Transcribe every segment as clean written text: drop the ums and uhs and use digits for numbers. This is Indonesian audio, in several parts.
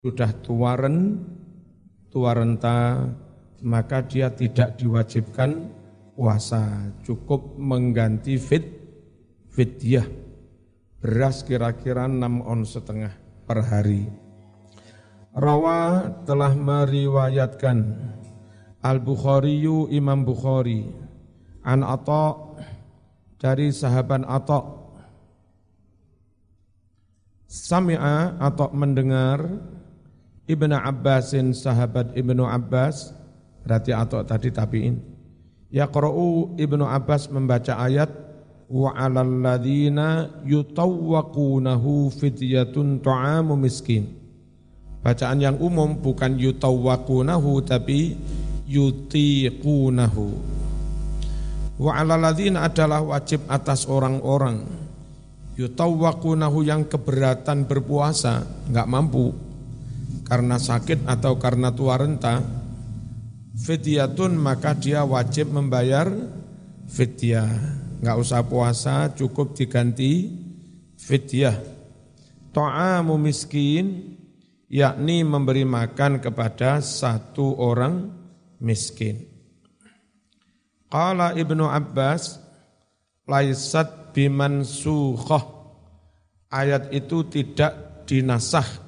sudah tua renta, maka dia tidak diwajibkan puasa, cukup mengganti fidyah. Beras kira-kira 6 on setengah per hari. Rawa telah meriwayatkan Al-Bukhariyu Imam Bukhari an Atha dari sahabat Atha, sami'a atau mendengar Ibnu Abbasin, sahabat Ibnu Abbas, berarti atau tadi tabi'in. Yaqra'u Ibnu Abbas membaca ayat wa 'alal ladzina yutawwaqunahu fidyatun ta'amu miskin. Bacaan yang umum bukan yutawwaqunahu tapi yutiqunahu. Wa 'alal ladzina adalah wajib atas orang-orang yutawwaqunahu yang keberatan berpuasa, enggak mampu karena sakit atau karena tua renta, fidyatun maka dia wajib membayar fidyah. Enggak usah puasa, cukup diganti fidyah. Ta'amu miskin, yakni memberi makan kepada satu orang miskin. Qala Ibnu Abbas, laisat bimansukhah, ayat itu tidak dinasakh.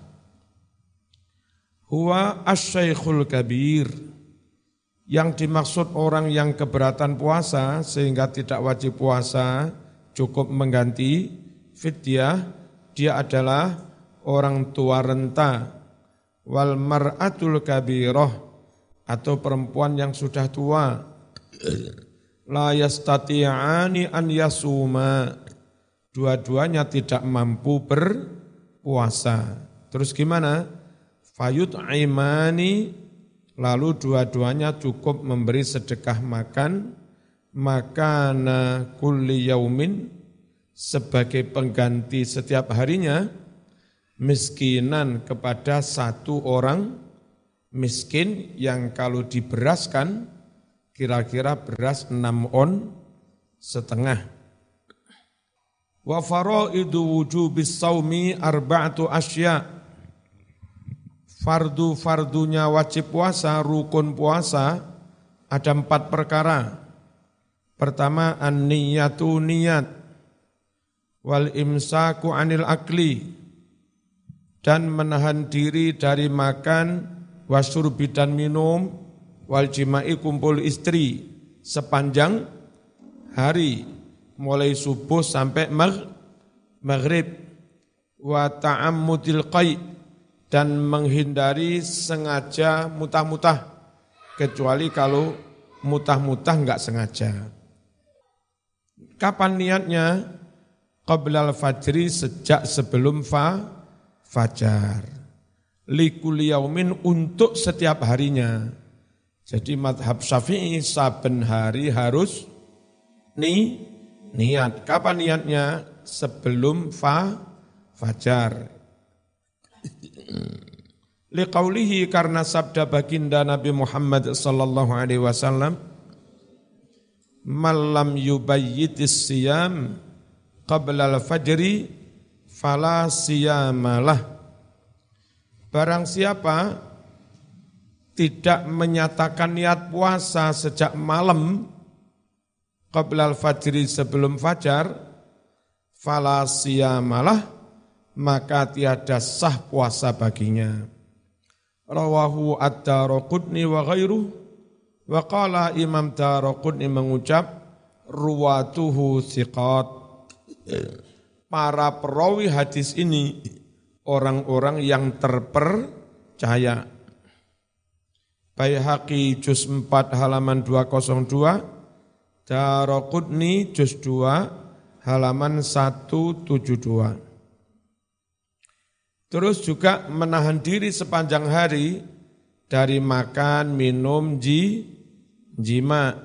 Huwa asyaikhul kabir, yang dimaksud orang yang keberatan puasa sehingga tidak wajib puasa, cukup mengganti fidyah, dia adalah orang tua renta, wal mar'atul kabirah, atau perempuan yang sudah tua, la yastati'ani an yasuma, dua-duanya tidak mampu berpuasa. Terus gimana? Fayut'imani, lalu dua-duanya cukup memberi sedekah makan, makana kulli yaumin, sebagai pengganti setiap harinya, miskinan kepada satu orang miskin yang kalau diberaskan kira-kira beras 6 on setengah. Wa faraidu wujubis saumi arba'atu asya', fardu-fardunya wajib puasa, rukun puasa ada 4 perkara. Pertama, an-niyatu niyat, wal imsaku anil akli, dan menahan diri dari makan, wasyurbi dan minum, wal jima'i kumpul istri sepanjang hari, mulai subuh sampai maghrib, wa ta'ammudil qai', dan menghindari sengaja mutah-mutah, kecuali kalau mutah-mutah enggak sengaja. Kapan niatnya? Qablal fajri, sejak sebelum fajar. Likulli yaumin, untuk setiap harinya. Jadi madhab Syafi'i saben hari harus niat. Kapan niatnya? Sebelum fajar. Liqaulihi, karena sabda baginda Nabi Muhammad sallallahu alaihi wasallam, "Man yubayyitis siyam qabla al-fajri fala siyamalah." Barang siapa tidak menyatakan niat puasa sejak malam qabla al-fajri, sebelum fajar, fala siyamalah, maka tiada sah puasa baginya. Rawahu ad-Daraqutni wa ghairuh, wa qala Imam Daraqutni mengucap, ruwatuhu thiqat, para perawi hadis ini orang-orang yang terpercaya. Baihaqi juz 4 halaman 202, Daraqutni juz 2 halaman 172. Terus juga menahan diri sepanjang hari dari makan, minum, jima.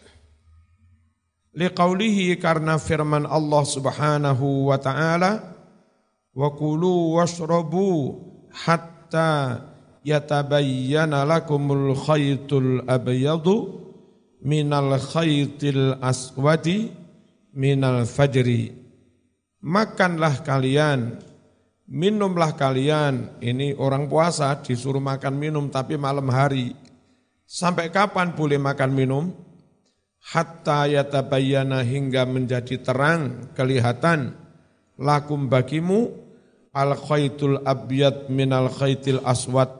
Liqaulihi, karena firman Allah Subhanahu wa ta'ala, wa kulu washrabu hatta yatabayyana lakumul khaytul abyadu minal khaytil aswadi minal fajri. Makanlah kalian minumlah kalian, ini orang puasa disuruh makan minum tapi malam hari. Sampai kapan boleh makan minum? Hatta yatabayyana, hingga menjadi terang, kelihatan, lakum bagimu, al-khaitul abyad minal khaitil aswad,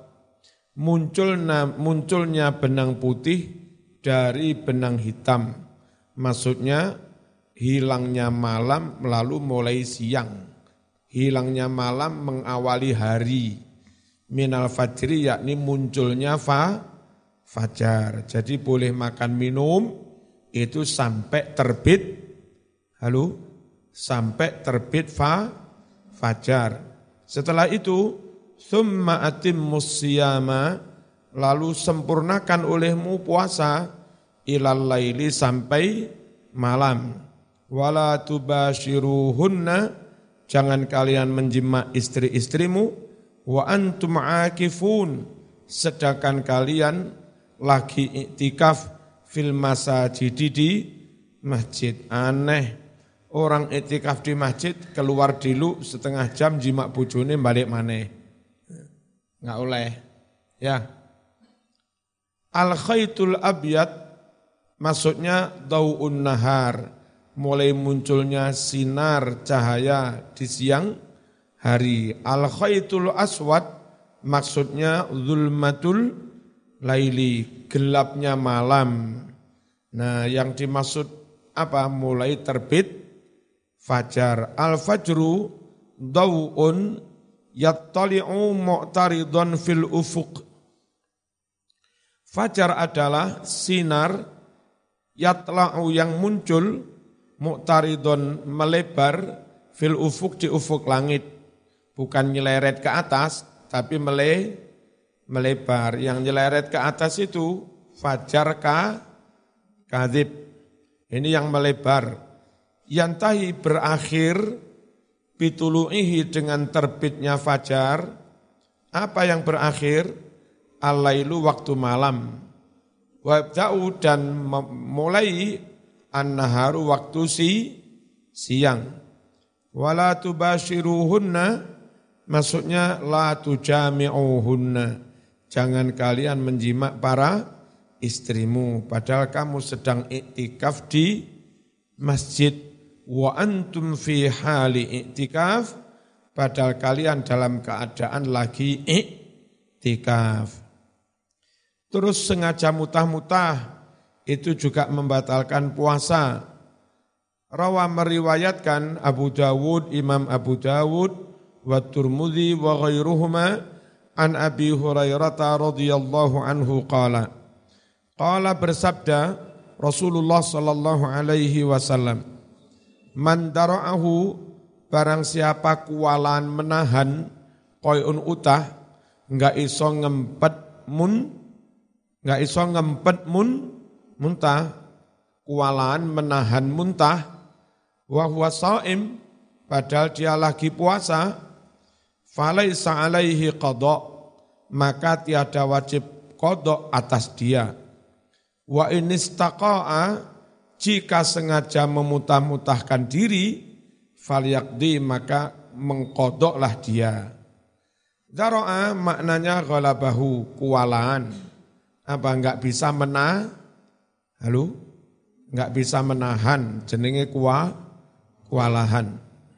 munculnya benang putih dari benang hitam. Maksudnya hilangnya malam lalu mulai siang. Hilangnya malam mengawali hari. Minal fajri, yakni munculnya fajar. Jadi boleh makan minum itu sampai terbit, sampai terbit fajar. Setelah itu, thumma atimmus siyama, lalu sempurnakan olehmu puasa, ilal laili, sampai malam. Wala tubashiruhunna, jangan kalian menjima istri-istrimu, wa antum aakifun, sedangkan kalian lagi iktikaf fil masajid, di masjid. Aneh, orang iktikaf di masjid keluar dulu setengah jam jima bojone balik maneh. Enggak oleh. Ya. Al khaitul abyad maksudnya dau'un nahar, mulai munculnya sinar cahaya di siang hari. Al khaitul aswad maksudnya zulmatul laili, gelapnya malam. Nah, yang dimaksud apa? Mulai terbit fajar. Al-fajru daw'un yattali'u mu'taridun fil ufuq. Fajar adalah sinar, yatla'u yang muncul, mu'taridun melebar, fil ufuq di ufuk langit. Bukan nyeleret ke atas, tapi melebar. Yang nyeleret ke atas itu fajar kadzib. Ini yang melebar. Yantahi, berakhir, bitulu'ihi, dengan terbitnya fajar. Apa yang berakhir? Al-lailu, waktu malam. Wabda'u, dan mulai an-naharu, waktu siang. Wala tubashiruhunna, maksudnya la tujami'uhunna, jangan kalian menjima para istrimu, padahal kamu sedang iktikaf di masjid. Wa antum fi hali iktikaf, padahal kalian dalam keadaan lagi iktikaf. Terus sengaja mutah-mutah, itu juga membatalkan puasa. Rawa, meriwayatkan Abu Dawud, Imam Abu Dawud, wa Tirmidzi wa ghairuhuma, an Abi Hurairah radhiyallahu anhu qala bersabda Rasulullah sallallahu alaihi wasallam, man dara'ahu, barang siapa kualan menahan, qoyun utah, enggak iso ngempet muntah, kualan menahan muntah, wa huwa shaim, padahal dia lagi puasa, falaisa alaihi qada, maka tiada wajib qada atas dia. Wa in istaqa'a, jika sengaja memutah-mutahkan diri, falyaqdi, maka mengqadoklah dia. Dara'a maknanya ghalabahu, kualaan. Apa, enggak bisa enggak bisa menahan, jenenge kualahan.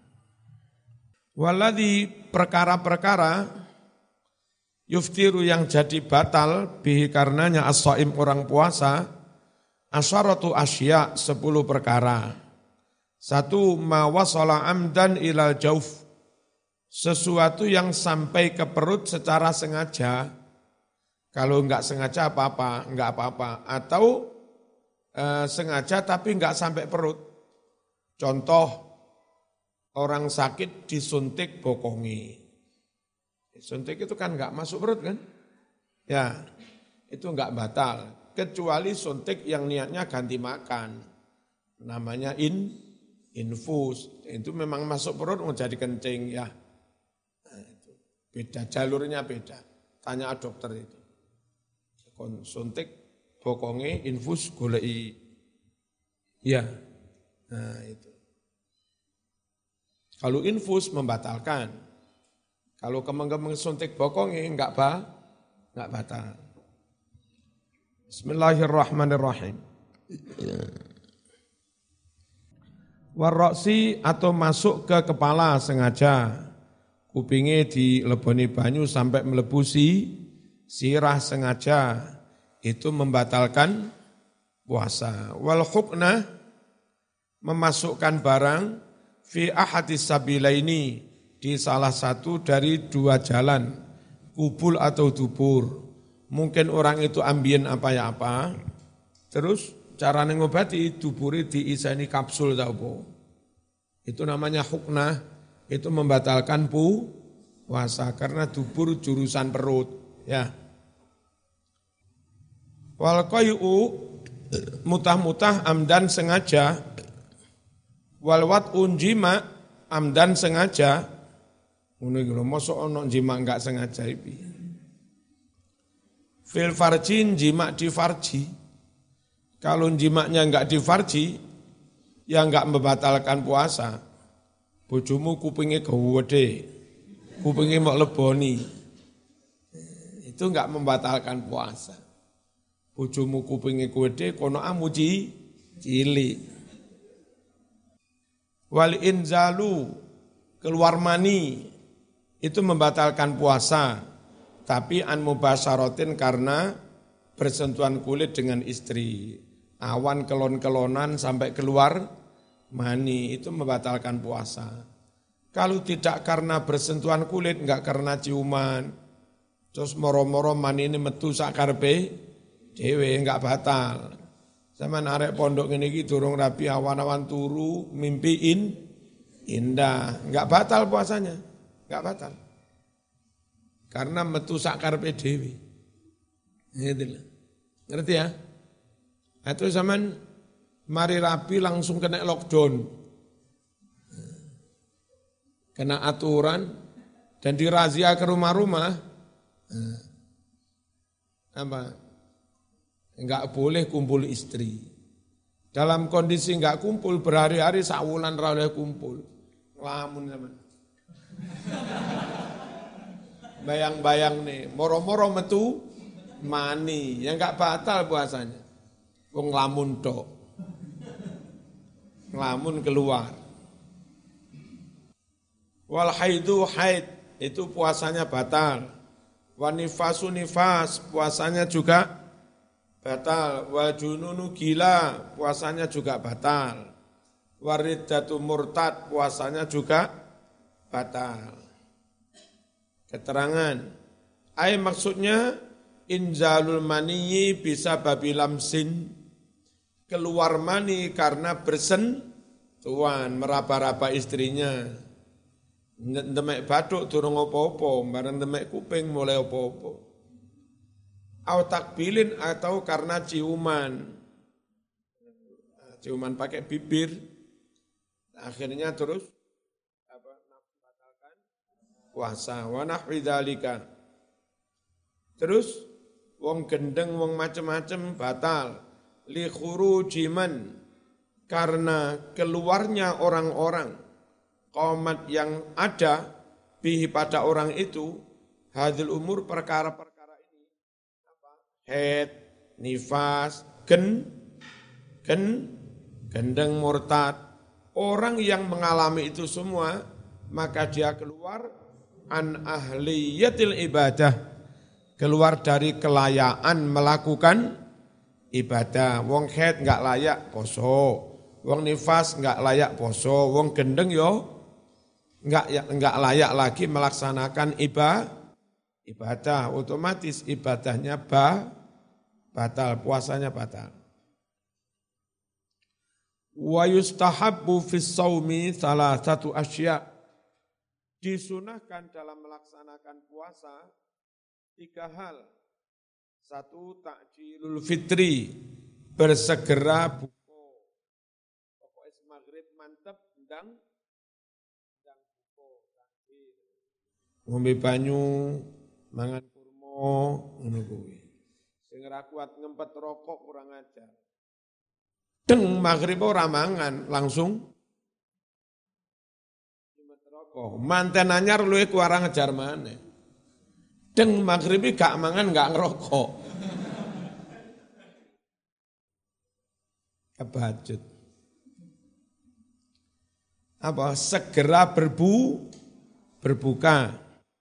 Waladhi, perkara-perkara, yuftiru, yang jadi batal, bihi karenanya as-shaim, orang puasa, asyaratu asya, 10 perkara. 1, ma wasala amdan ilal jauf, sesuatu yang sampai ke perut secara sengaja. Kalau enggak sengaja enggak apa-apa. Atau sengaja tapi enggak sampai perut. Contoh, orang sakit disuntik bokongi. Suntik itu kan enggak masuk perut kan? Ya, itu enggak batal. Kecuali suntik yang niatnya ganti makan. Namanya infus. Itu memang masuk perut mau jadi kencing ya. Nah, itu. Beda, jalurnya beda. Tanya dokter itu. Suntik bokongi, infus golei. Ya. Nah, itu. Kalau infus membatalkan. Kalau kemeng-kemeng suntik bokongnya enggak batal. Bismillahirrahmanirrahim. Warroksi atau masuk ke kepala sengaja. Kupingnya dileboni banyu sampai melebusi sirah sengaja. Itu membatalkan puasa. Wal hukna memasukkan barang fi ahadis sabilaini di salah satu dari dua jalan, kubul atau dubur. Mungkin orang itu ambien apa ya apa, terus cara ngobati duburi diiseni kapsul tau. Itu namanya huknah, itu membatalkan puasa karena dubur jurusan perut, ya. Wal qayu mutah-mutah amdan sengaja, wal wat'un jima amdan sengaja. Ngono iki lho, mosok ana jima enggak sengaja iki. Fil farjin jima di farji. Kalau jimaknya enggak di farji, ya enggak membatalkan puasa. Bojomu kupingnya gede, kupingnya mau leboni. Itu enggak membatalkan puasa. Bojomu kupingnya gede, kono amuji cilik. Wal inzalu keluar mani itu membatalkan puasa, tapi an mubasyaratin karena bersentuhan kulit dengan istri. Awan kelon-kelonan sampai keluar mani itu membatalkan puasa. Kalau tidak karena bersentuhan kulit, enggak karena ciuman, terus moro-moro mani ini metu sakarepe dhewe enggak batal. Zaman arek pondok ngene iki durung rapi awan-awan turu, mimpiin indah, enggak batal puasanya, enggak batal. Karena metu sak karepe dhewe. Gitu. Ngerti ya? Itu zaman mari rapi langsung kena lockdown. Kena aturan dan dirazia ke rumah-rumah. Apa? Enggak boleh kumpul istri. Dalam kondisi enggak kumpul berhari-hari sawulan ra oleh kumpul. Lamun zaman. Bayang-bayang nih, moro-moro metu mani, yang enggak batal puasanya. Wong lamun tok. Lamun keluar. Wal haidu haid, itu puasanya batal. Wa nifasu nifas, puasanya juga batal. Wa jununu gila, puasanya juga batal. Wa riddatu murtad, puasanya juga batal. Keterangan, maksudnya inzalul maniyi bisa babi lamsin, keluar mani karena bersentuhan, meraba-raba istrinya. Demek bathuk durung apa-apa, bareng demek kuping mulai apa-apa. Au takbilin atau karena ciuman. Ciuman pakai bibir, akhirnya terus puasa wa nahwi dzalika. Terus wong gendeng wong macem-macem batal li khuruji man, karena keluarnya orang-orang qomat yang ada bihi pada orang itu hadil umur perkara-perkara ini apa? Haid, nifas, gendeng murtad. Orang yang mengalami itu semua maka dia keluar an ahliyatil ibadah, keluar dari kelayaan melakukan ibadah. Wong haid enggak layak poso, wong nifas enggak layak poso, wong gendeng yo enggak layak lagi melaksanakan ibadah, otomatis ibadahnya batal, puasanya batal. Wa yustahabbu fis shaumi salasatu asya', disunahkan dalam melaksanakan puasa 3 hal. 1, takjilul fitri, bersegera buka. Pokoknya maghrib mantep, ndang buka, takjil. Ngombe banyu, mangan kurma, ngono kuwi. Sing ora kuat ngempet rokok kurang ajar. Deng maghrib ora mangan, langsung Manten anyar luwih kuwara ngejar maneh. Deng maghribi gak mangan gak ngerokok. Kebacut. Apa? Segera berbuka.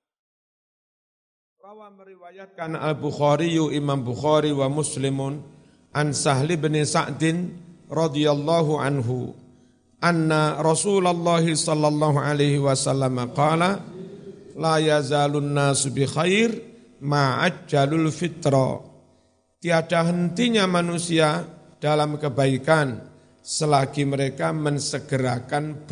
Rawa meriwayatkan Al-Bukhari Imam Bukhari wa Muslimun an Sahli bin Sa'din radhiyallahu anhu anna Rasulullah sallallahu alaihi wasallam qala la yazalun nasu bi khair ma'ajjalul fitra. Tiada hentinya manusia dalam kebaikan selagi mereka mensegerakan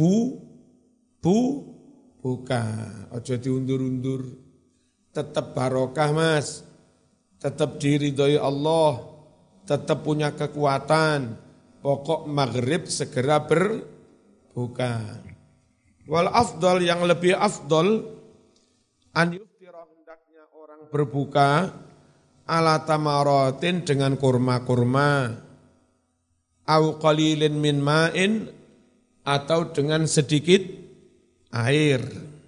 buka. Ojo diundur-undur. Tetap barokah Mas. Tetap diridhoi Allah. Tetap punya kekuatan. Pokok maghrib segera berbuka. Wal afdal yang lebih afdal an yuftira hendaknya orang berbuka ala tamaratin dengan kurma-kurma au qalilin min ma'in atau dengan sedikit air.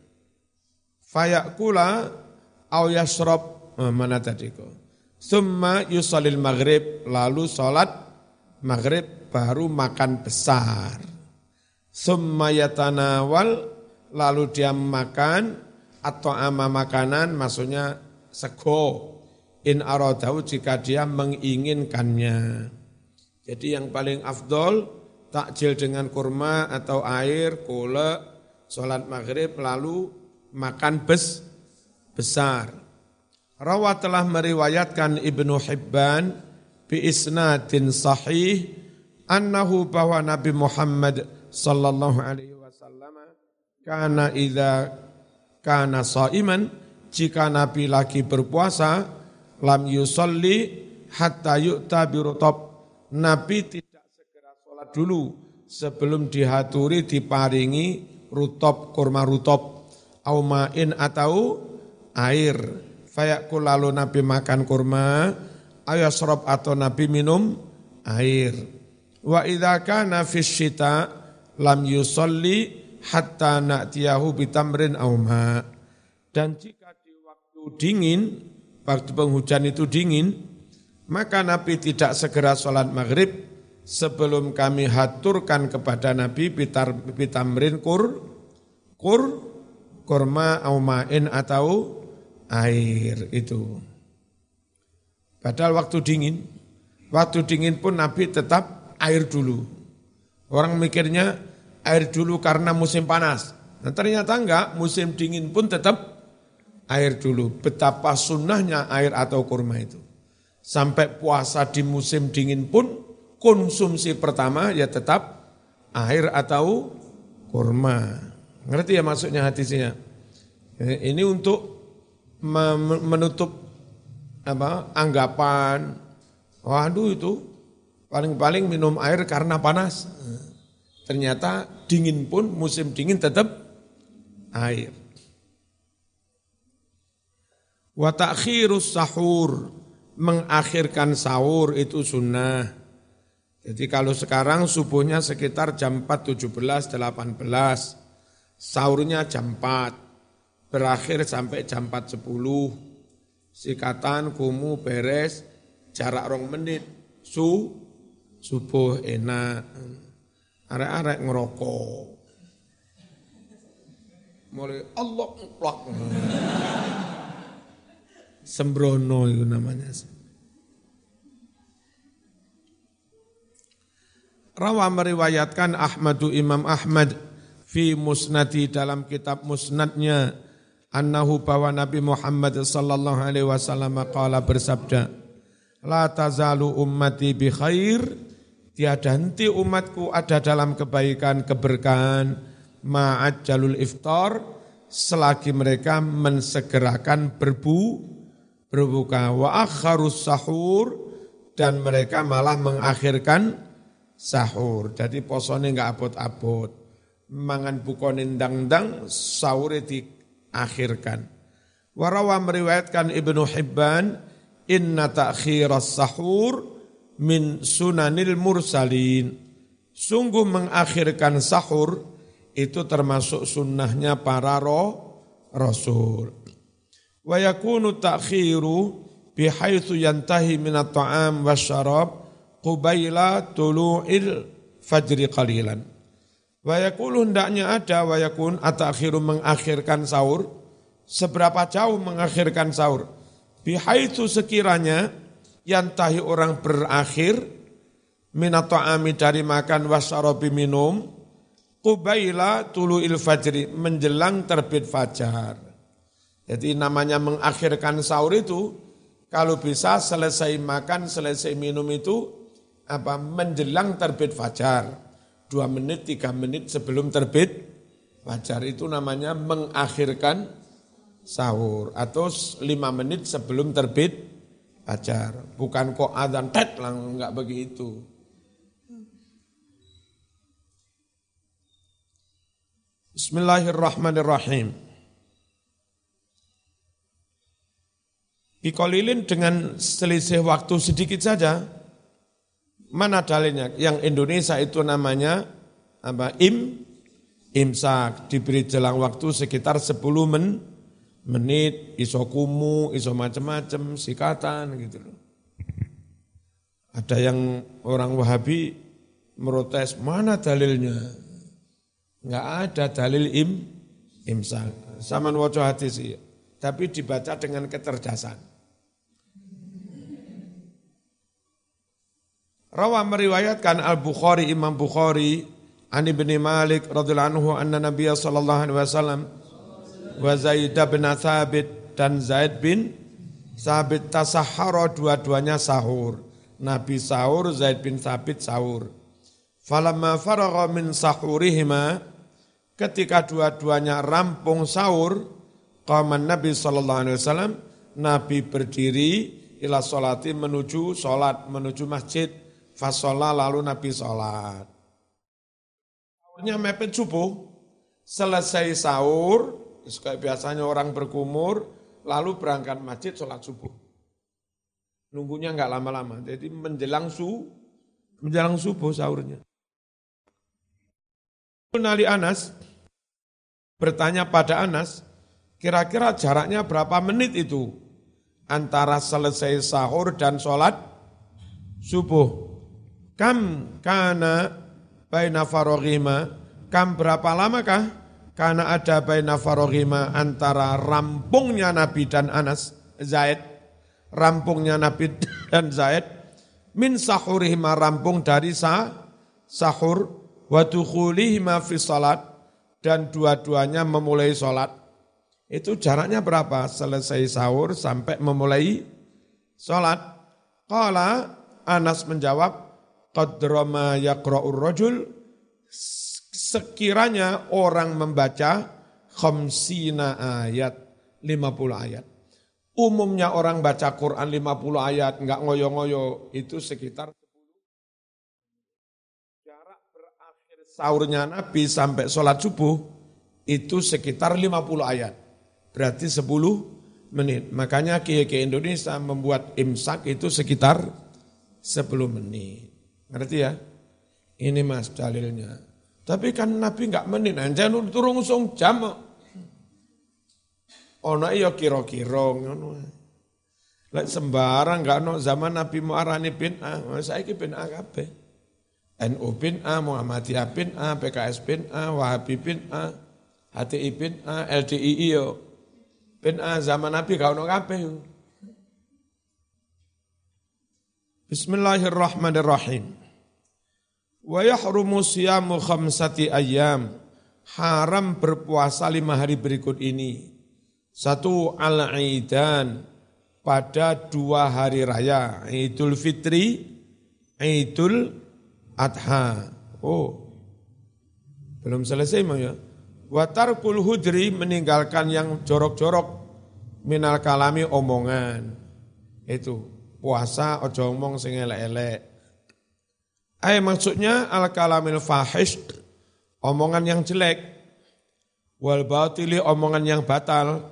Fayakula au yashrab mana tadi kok. Summa yusallil maghrib lalu salat maghrib baru makan besar. Summa yatanawal lalu dia makan atau ama makanan maksudnya sego in aradau jika dia menginginkannya. Jadi yang paling afdol takjil dengan kurma atau air, kolak, sholat maghrib lalu makan besar. Rawa telah meriwayatkan Ibnu Hibban bi isnadin sahih annahu bahwa Nabi Muhammad sallallahu alaihi wasallam kana idza kana shaiman jika Nabi lagi berpuasa lam yusolli hatta yu'ta birutab. Nabi tidak segera sholat dulu sebelum dihaturi diparingi rutob, kurma rutob, au ma'in atau air. Fayakul lalu Nabi makan kurma, ayasrob atau Nabi minum air. Wa idza kana fis syita lam yusolli hatta na'tiyahu bitamrin au ma. Dan jika di waktu dingin, waktu penghujan itu dingin, maka Nabi tidak segera sholat maghrib sebelum kami haturkan kepada Nabi bitamrin kurma au ma'in atau air itu. Padahal waktu dingin pun Nabi tetap air dulu. Orang mikirnya air dulu karena musim panas. Nah, ternyata enggak, musim dingin pun tetap air dulu. Betapa sunnahnya air atau kurma itu. Sampai puasa di musim dingin pun konsumsi pertama ya tetap air atau kurma. Ngerti ya maksudnya hadisnya? Ini untuk menutup anggapan, waduh itu paling-paling minum air karena panas. Ternyata dingin pun musim dingin tetap air. Wa ta'khirus sahur, mengakhirkan sahur itu sunnah. Jadi kalau sekarang subuhnya sekitar jam 4.17, 18, sahurnya jam 4, berakhir sampai jam 4.10, sikatan, kumu, beres, jarak 2 menit, subuh enak, arek-arek ngerokok, mulai Allah plak. Sembrono itu namanya. Rawa meriwayatkan Imam Ahmad fi musnadi dalam kitab musnadnya annahu bahwa Nabi Muhammad sallallahu alaihi wasallam qala bersabda la tazalu ummati bi khair, tiada henti umatku ada dalam kebaikan keberkahan ma'ajjalul iftar selagi mereka mensegerakan berbuka wa akharus sahur dan mereka malah mengakhirkan sahur. Jadi posone enggak abot-abot. Mangan bukone ndang-ndang, sahur diakhirkan. Warawa meriwayatkan Ibnu Hibban inna ta'khiras sahur min sunanil mursalin. Sungguh mengakhirkan sahur itu termasuk sunnahnya para rasul. Wa yakunu ta'khiru bihaitsu yantahi minat ta'am wasyarab qubaila tulu'il fajri qalilan. Wa yakulu hendaknya ada wa yakun atakhiru mengakhirkan sahur. Seberapa jauh mengakhirkan sahur? Bihaitsu sekiranya yantahi orang berakhir minat ta'ami dari makan wasyarabi minum qubaila tulu'il fajri menjelang terbit fajar. Jadi namanya mengakhirkan sahur itu kalau bisa selesai makan, selesai minum itu menjelang terbit fajar. 2 menit, 3 menit sebelum terbit fajar itu namanya mengakhirkan sahur. Atau 5 menit sebelum terbit fajar. Bukan kok adzan tet langsung, enggak begitu. Bismillahirrahmanirrahim. Biqolilin dengan selisih waktu sedikit saja. Mana dalilnya? Yang Indonesia itu namanya imsak, diberi jelang waktu sekitar 10 menit, iso kumu, iso macam-macam, sikatan gitu loh. Ada yang orang Wahabi merotes, mana dalilnya? Enggak ada dalil imsak. Saman waca hadis sih, tapi dibaca dengan kecerdasan. Rawa meriwayatkan Al-Bukhari, Imam Bukhari, an Ibni Malik radhiyallahu anhu anna Nabiya sallallahu alaihi wasallam wa Zaid bin Thabit dan Zaid bin Thabit tasahhara, dua-duanya sahur. Nabi sahur, Zaid bin Thabit sahur. Falamma faragha min sahurihima, ketika dua-duanya rampung sahur, qama Nabi sallallahu alaihi wasallam, Nabi berdiri ila sholati menuju sholat, menuju masjid. Fasolah lalu Nabi sholat. Sahurnya mepet subuh, selesai sahur, kayak biasanya orang berkumur, lalu berangkat masjid sholat subuh. Nunggunya enggak lama-lama, jadi menjelang subuh sahurnya. Nali Anas, bertanya pada Anas, kira-kira jaraknya berapa menit itu antara selesai sahur dan sholat subuh? Kam kana baina faroghima, kam berapa lamakah? Karena ada baina faroghima antara rampungnya Nabi dan Zaid, rampungnya Nabi dan Zaid, min sahurihima rampung dari sahur, wa dukhulihima fi salat, dan dua-duanya memulai salat. Itu jaraknya berapa? Selesai sahur sampai memulai salat. Qala, Anas menjawab, qadra ma yaqra'ur rajul, sekiranya orang membaca khamsina ayat, 50 ayat. Umumnya orang baca Quran 50 ayat, enggak ngoyo-ngoyo, itu sekitar 10. Jarak berakhir sahurnya Nabi sampai sholat subuh, itu sekitar 50 ayat. Berarti 10 menit. Makanya Kiai Indonesia membuat imsak itu sekitar 10 menit. Ngerti ya? Ini mas dalilnya. Tapi kan Nabi enggak menit, jangan turun usung jam. Ono ya kira-kira ngono. Lek sembarang enggak ono zaman Nabi muarani bin A, saiki bin A kabeh. NU bin A, Muhammadiyah bin A, PKS bin A, Wahabi bin A, HTI bin A, LDII yo bin A, zaman Nabi enggak ono kabeh. Bismillahirrahmanirrahim. Wa yahrumu siyamu khamsati ayyam. Haram berpuasa 5 hari berikut ini. 1 al-Aidan, pada 2 hari raya, Idul Fitri, Idul Adha. Oh, belum selesai mau ya. Wa tarkul hudri, meninggalkan yang jorok-jorok, minal kalami, omongan. Itu puasa ojo ngomong sing elek-elek. Maksudnya al-kalamil fahish, omongan yang jelek, wal batili, omongan yang batal.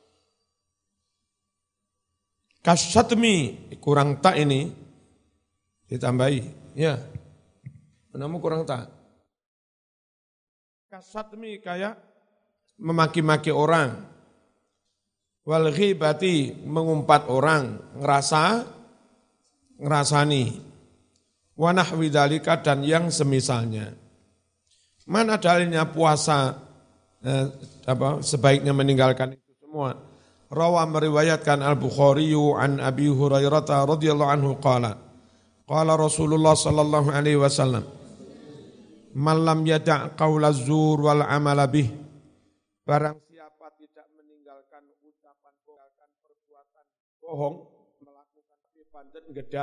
Kasyatmi, kurang tak ini, ditambahi. Ya, menamu kurang tak. Kasatmi kayak memaki-maki orang. Wal ghibati mengumpat orang, ngerasani. Wa nahwi dzalika dan yang semisalnya. Mana dalilnya puasa sebaiknya meninggalkan itu semua? Rawa meriwayatkan Al-Bukhari an Abi Hurairah radhiyallahu anhu qala Rasulullah sallallahu alaihi wasallam man lam yada' qaula zur wal amala bih barang siapa tidak meninggalkan ucapan perbuatan bohong melakukan panten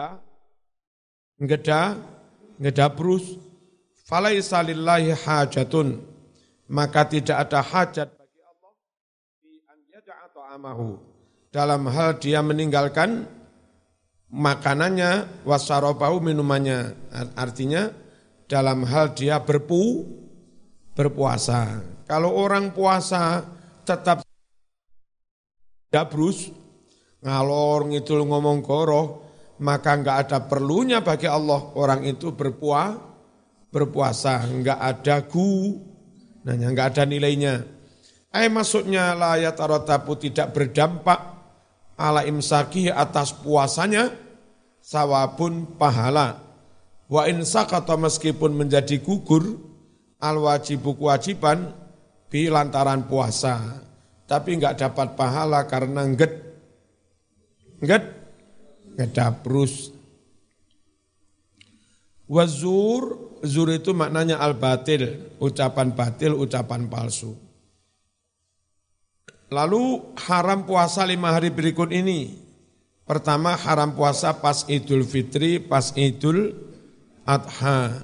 ngedabrus falaisa lillahi hajatun maka tidak ada hajat bagi Allah di an yada'a ta'amahu dalam hal dia meninggalkan makanannya wasyarabahu minumannya artinya dalam hal dia berpuasa. Kalau orang puasa tetap dabrus ngalor ngidul ngomong goroh maka enggak ada perlunya bagi Allah orang itu berpuasa enggak ada gunanya, enggak ada nilainya. Maksudnya la yatarattabu tidak berdampak ala imsaki atas puasanya sawabun pahala. Wa in sakata meskipun menjadi gugur al wajibu kewajiban bi lantaran puasa. Tapi enggak dapat pahala karena ngedabrus. Wazur, zur itu maknanya al-batil, ucapan batil, ucapan palsu. Lalu haram puasa 5 hari berikut ini. Pertama haram puasa pas Idul Fitri, pas Idul Adha.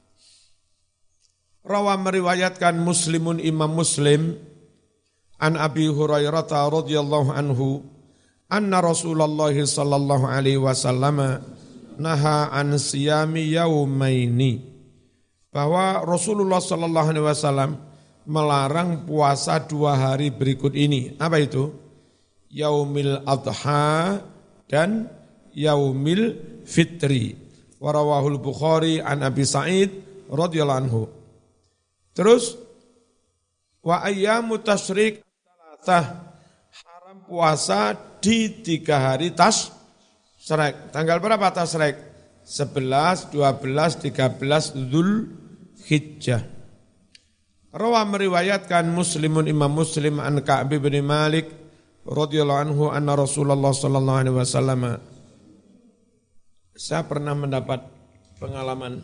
Rawa meriwayatkan Muslimun Imam Muslim an Abi Hurairah radhiyallahu anhu anna Rasulullah sallallahu alaihi wasallam naha an siyami yaumaini bahwa Rasulullah sallallahu alaihi wasallam melarang puasa 2 hari berikut ini. Apa itu? Yaumil Adha dan Yaumil Fitri. Warawahul Bukhari an Abi Sa'id radhiyallahu anhu. Terus wa ayyamu tasyrik haram puasa di 3 hari tasyrik. Tanggal berapa tasyrik? 11, 12, 13 Dzulhijjah. Rawa meriwayatkan Muslimun Imam Muslim an Ka'b bin Malik radhiyallahu anhu anna Rasulullah sallallahu alaihi wasallam. Saya pernah mendapat pengalaman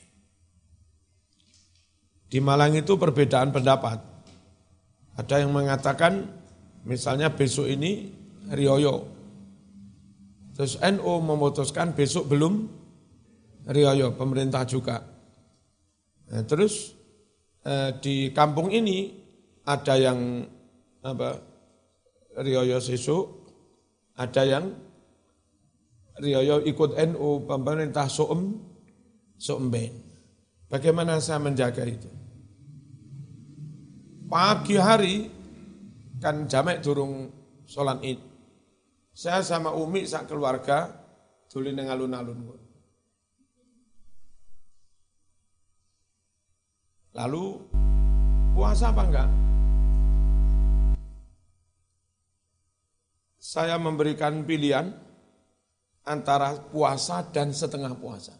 di Malang itu perbedaan pendapat. Ada yang mengatakan misalnya besok ini Rioyo. Terus NU memutuskan besok belum Rioyo, pemerintah juga. Nah, terus di kampung ini ada yang Rioyo sesuk, ada yang Rioyo ikut NU, pemerintah Soemben. Bagaimana saya menjaga itu? Pagi hari kan jamek durung sholat Id. Saya sama Umi sak keluarga dolen nang alun-alun. Lalu puasa apa enggak? Saya memberikan pilihan antara puasa dan setengah puasa.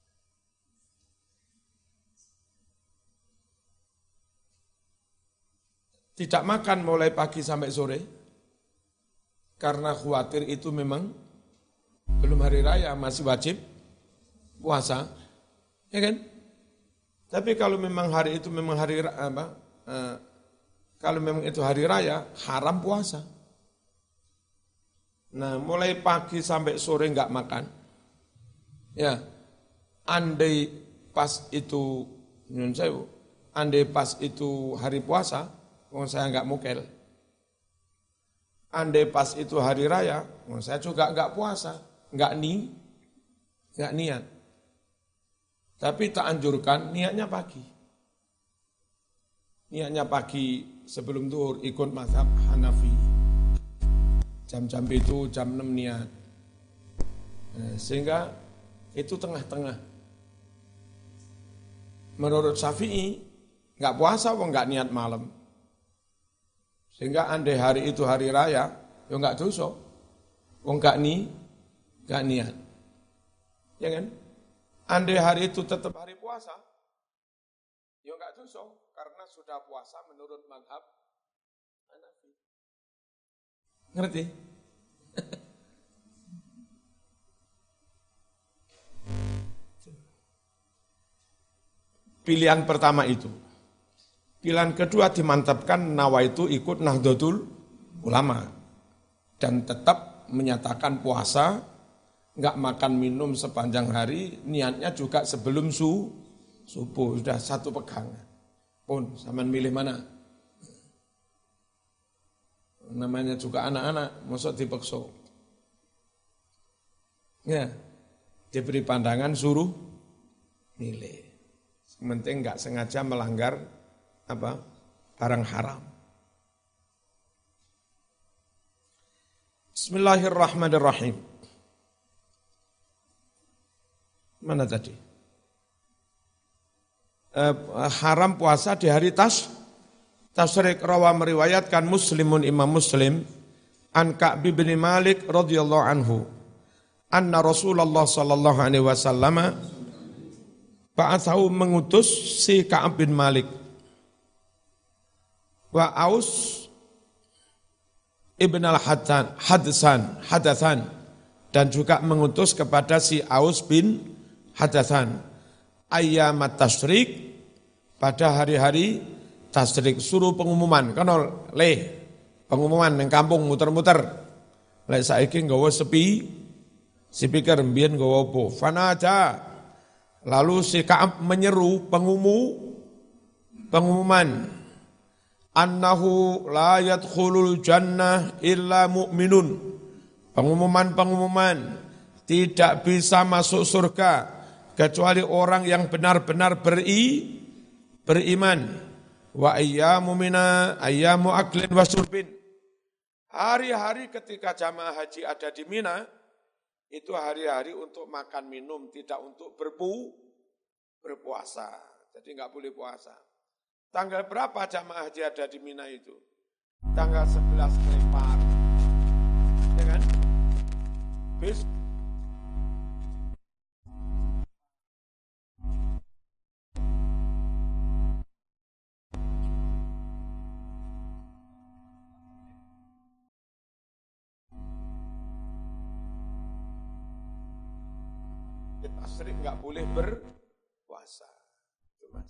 Tidak makan mulai pagi sampai sore, karena khawatir itu memang belum hari raya, masih wajib puasa, ya kan? Tapi kalau memang hari itu memang kalau memang itu hari raya, haram puasa. Nah, mulai pagi sampai sore enggak makan. Ya, andai pas itu nyun sewu, andai pas itu hari puasa, saya enggak mukel. Andai pas itu hari raya, saya juga enggak puasa, enggak niat. Tapi tak anjurkan niatnya pagi. Niatnya pagi sebelum zuhur ikut mazhab Hanafi. Jam-jam itu jam 6 niat. Sehingga itu tengah-tengah. Menurut Syafi'i Enggak puasa apa enggak niat malam. Sehingga andai hari itu hari raya, ya enggak dosa. Wong enggak niat. Ya kan? Andai hari itu tetap hari puasa, ya enggak dosa karena sudah puasa menurut mazhab Hanafi. Ngerti? Pilihan pertama itu. Pilihan kedua dimantapkan nawaitu ikut Nahdlatul Ulama dan tetap menyatakan puasa, enggak makan minum sepanjang hari, niatnya juga sebelum subuh, sudah satu pegangan. Pun, sampean milih mana? Namanya juga anak-anak, mosok dipaksa. Ya, diberi pandangan suruh milih. Penting enggak sengaja melanggar barang haram. Bismillahirrahmanirrahim. Mana tadi? Haram puasa di hari tasyrik. Rawa meriwayatkan Muslimun Imam Muslim an Ka'b bin Malik radhiyallahu anhu anna Rasulullah sallallahu alaihi wasallam ba'atsahu mengutus si Ka'b bin Malik wa Aus ibn al-Hadatsan dan juga mengutus kepada si Aus bin Hadatsan ayyamat tasyrik pada hari-hari tasyrik, suruh pengumuman kanol pengumuman yang kampung muter-muter lek saiki nggawa speaker mbiyen nggawa apa fanaja lalu si Ka'ab menyeru pengumuman annahu la yadkhulul jannah illa mu'minun. Pengumuman tidak bisa masuk surga kecuali orang yang benar-benar beriman. Wa ayyamu aklin wa syurbin. Hari-hari ketika jamaah haji ada di Mina, itu hari-hari untuk makan minum, tidak untuk berpuasa. Jadi enggak boleh puasa. Tanggal berapa jamaah haji ada di Mina itu? Tanggal 11 Kelipar. Ya kan? Tasyrik enggak boleh berpuasa. Itu Mas.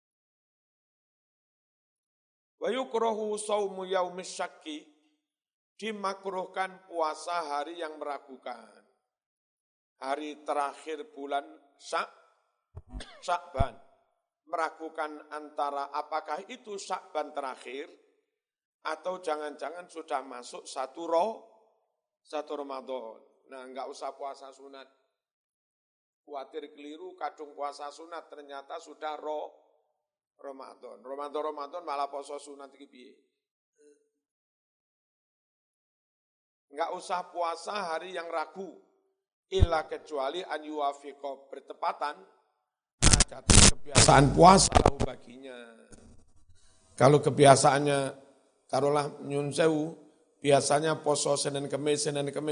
Wa yukrahu shaumu yaumis syakki, dimakruhkan puasa hari yang meragukan. Hari terakhir bulan Sya'ban. Meragukan antara apakah itu Sya'ban terakhir atau jangan-jangan sudah masuk satu Ramadan. Nah, enggak usah puasa sunat. Khawatir keliru kadung puasa sunat ternyata sudah Ramadan malah poso sunat iki piye? Enggak usah puasa hari yang ragu, illa kecuali an yuwafiqa bertepatan ada kebiasaan puasa lahu baginya. Kalau kebiasaannya taruhlah nyun sewu, biasanya poso Senin Kemis.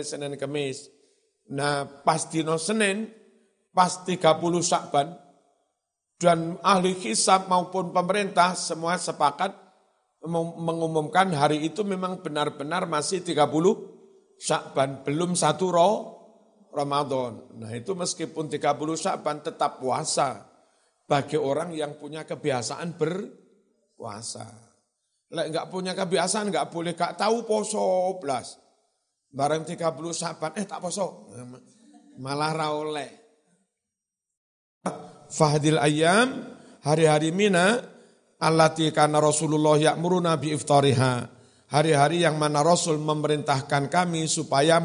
Nah, pas dino Senin, pas 30 Sya'ban, dan ahli hisab maupun pemerintah semua sepakat mengumumkan hari itu memang benar-benar masih 30 Sya'ban, belum satu Ramadan. Nah itu meskipun 30 Sya'ban tetap puasa bagi orang yang punya kebiasaan berpuasa. Lek enggak punya kebiasaan enggak boleh, gak tahu poso blas. Barang 30 Sya'ban tak poso. Malah ra oleh. Fahdil ayyam, hari-hari Mina, allati kana Rasulullah ya'muruna bi iftariha. Hari-hari yang mana Rasul memerintahkan kami supaya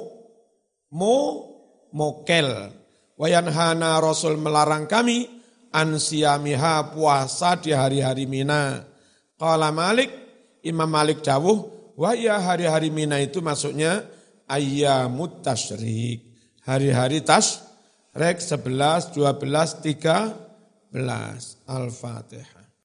mokel. Wayanhana, Rasul melarang kami an siyamiha, puasa di hari-hari Mina. Qala Malik, Imam Malik dawuh, wa ya hari-hari Mina itu maksudnya ayyamut tasyrik. Hari-hari tasyrik 11, 12, 13. Al-Fatihah.